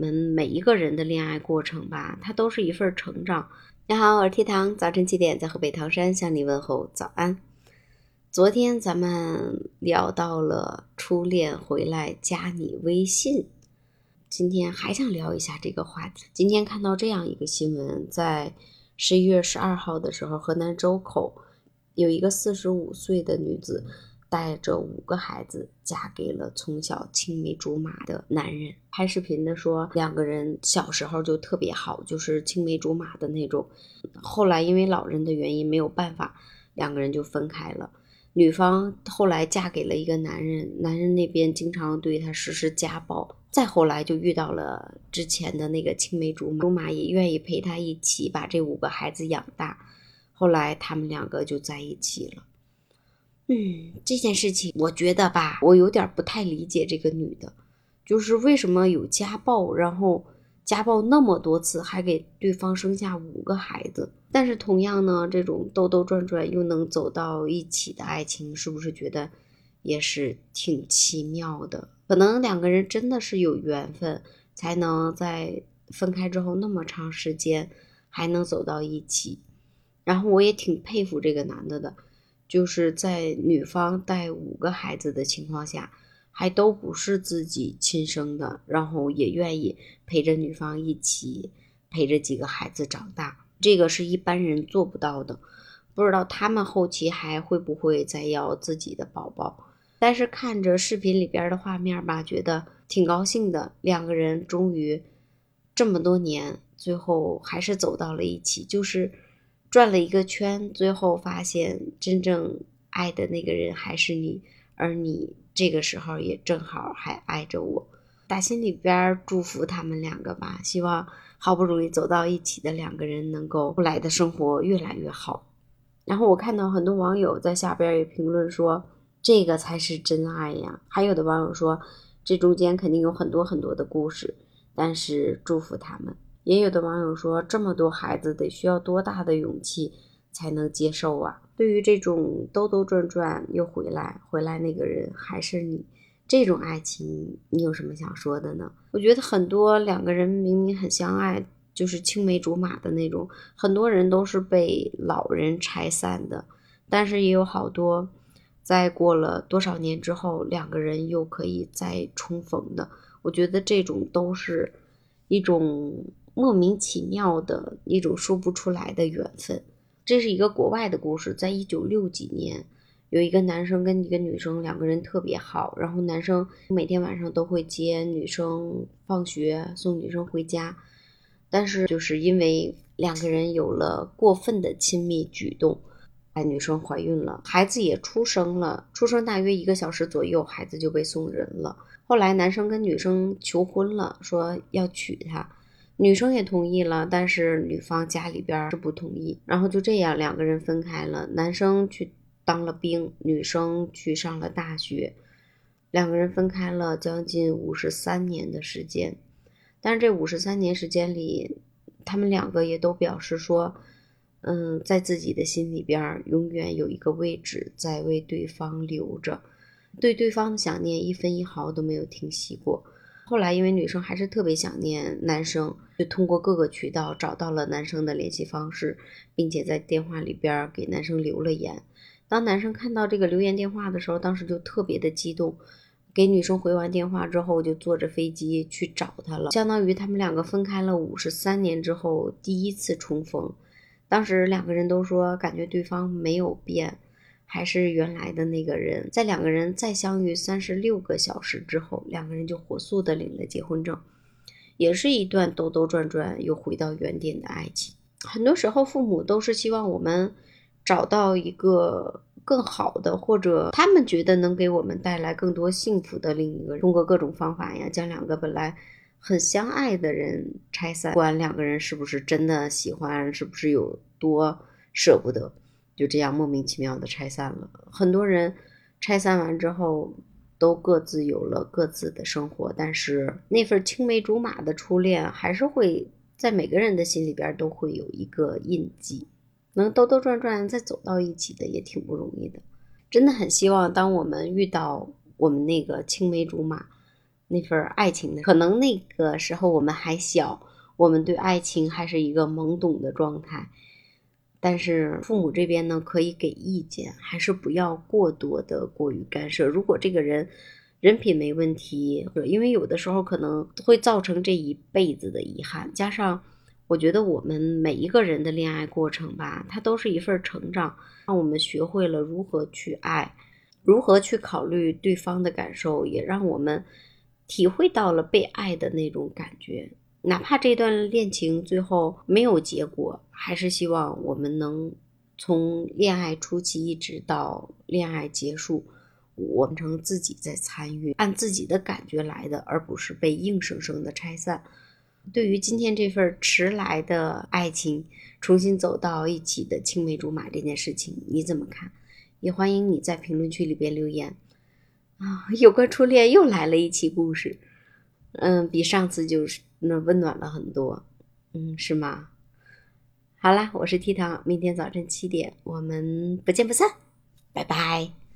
我们每一个人的恋爱过程吧，它都是一份成长。你好，我是 T 糖，早晨7点在河北唐山向你问候早安。昨天咱们聊到了初恋回来加你微信，今天还想聊一下这个话题。今天看到这样一个新闻，在11月12号的时候，河南周口有一个45岁的女子带着5个孩子嫁给了从小青梅竹马的男人。拍视频的说两个人小时候就特别好，就是青梅竹马的那种，后来因为老人的原因没有办法，两个人就分开了。女方后来嫁给了一个男人，男人那边经常对她实施家暴，再后来就遇到了之前的那个青梅竹马，也愿意陪她一起把这5个孩子养大，后来他们2个就在一起了。这件事情我觉得吧，我有点不太理解这个女的，就是为什么有家暴，然后家暴那么多次还给对方生下5个孩子，但是同样呢，这种兜兜转转又能走到一起的爱情，是不是觉得也是挺奇妙的？可能两个人真的是有缘分，才能在分开之后那么长时间还能走到一起。然后我也挺佩服这个男的的，就是在女方带5个孩子的情况下，还都不是自己亲生的，然后也愿意陪着女方一起陪着几个孩子长大，这个是一般人做不到的。不知道他们后期还会不会再要自己的宝宝，但是看着视频里边的画面吧，觉得挺高兴的，两个人终于这么多年最后还是走到了一起，就是转了一个圈，最后发现真正爱的那个人还是你，而你这个时候也正好还爱着我。打心里边祝福他们2个吧，希望好不容易走到一起的2个人能够后来的生活越来越好。然后我看到很多网友在下边也评论说，这个才是真爱呀。还有的网友说，这中间肯定有很多很多的故事，但是祝福他们。也有的网友说，这么多孩子得需要多大的勇气才能接受啊？对于这种兜兜转转又回来那个人还是你，这种爱情你有什么想说的呢？我觉得很多两个人明明很相爱，就是青梅竹马的那种，很多人都是被老人拆散的，但是也有好多在过了多少年之后，两个人又可以再重逢的。我觉得这种都是一种莫名其妙的一种说不出来的缘分。这是一个国外的故事，在1960几年，有一个男生跟一个女生两个人特别好，然后男生每天晚上都会接女生放学，送女生回家，但是就是因为两个人有了过分的亲密举动，女生怀孕了，孩子也出生了，出生大约1个小时左右，孩子就被送人了。后来男生跟女生求婚了，说要娶她，女生也同意了，但是女方家里边是不同意，然后就这样两个人分开了。男生去当了兵，女生去上了大学，两个人分开了将近53年的时间。但是这53年时间里，他们2个也都表示说，在自己的心里边永远有一个位置在为对方留着，对对方的想念1分1毫都没有停息过。后来因为女生还是特别想念男生，就通过各个渠道找到了男生的联系方式，并且在电话里边给男生留了言。当男生看到这个留言电话的时候，当时就特别的激动，给女生回完电话之后就坐着飞机去找她了，相当于他们2个分开了53年之后第一次重逢。当时2个人都说感觉对方没有变，还是原来的那个人。在2个人再相遇36个小时之后，2个人就火速的领了结婚证，也是一段兜兜转转又回到原点的爱情。很多时候父母都是希望我们找到一个更好的，或者他们觉得能给我们带来更多幸福的另一个人，通过各种方法呀，将2个本来很相爱的人拆散，不管2个人是不是真的喜欢，是不是有多舍不得，就这样莫名其妙的拆散了。很多人拆散完之后都各自有了各自的生活，但是那份青梅竹马的初恋还是会在每个人的心里边都会有一个印记，能兜兜转转再走到一起的也挺不容易的。真的很希望当我们遇到我们那个青梅竹马， 那份爱情的。可能那个时候我们还小，我们对爱情还是一个懵懂的状态，但是父母这边呢可以给意见，还是不要过多的过于干涉。如果这个人人品没问题，因为有的时候可能会造成这一辈子的遗憾，加上我觉得我们每一个人的恋爱过程吧，它都是一份成长，让我们学会了如何去爱，如何去考虑对方的感受，也让我们体会到了被爱的那种感觉。哪怕这段恋情最后没有结果，还是希望我们能从恋爱初期一直到恋爱结束，我们成自己在参与，按自己的感觉来的，而不是被硬生生的拆散。对于今天这份迟来的爱情，重新走到一起的青梅竹马这件事情，你怎么看？也欢迎你在评论区里边留言啊！有关初恋又来了一期故事，比上次就是温暖了很多，是吗？好啦，我是 T 糖，明天早晨7点，我们不见不散，拜拜。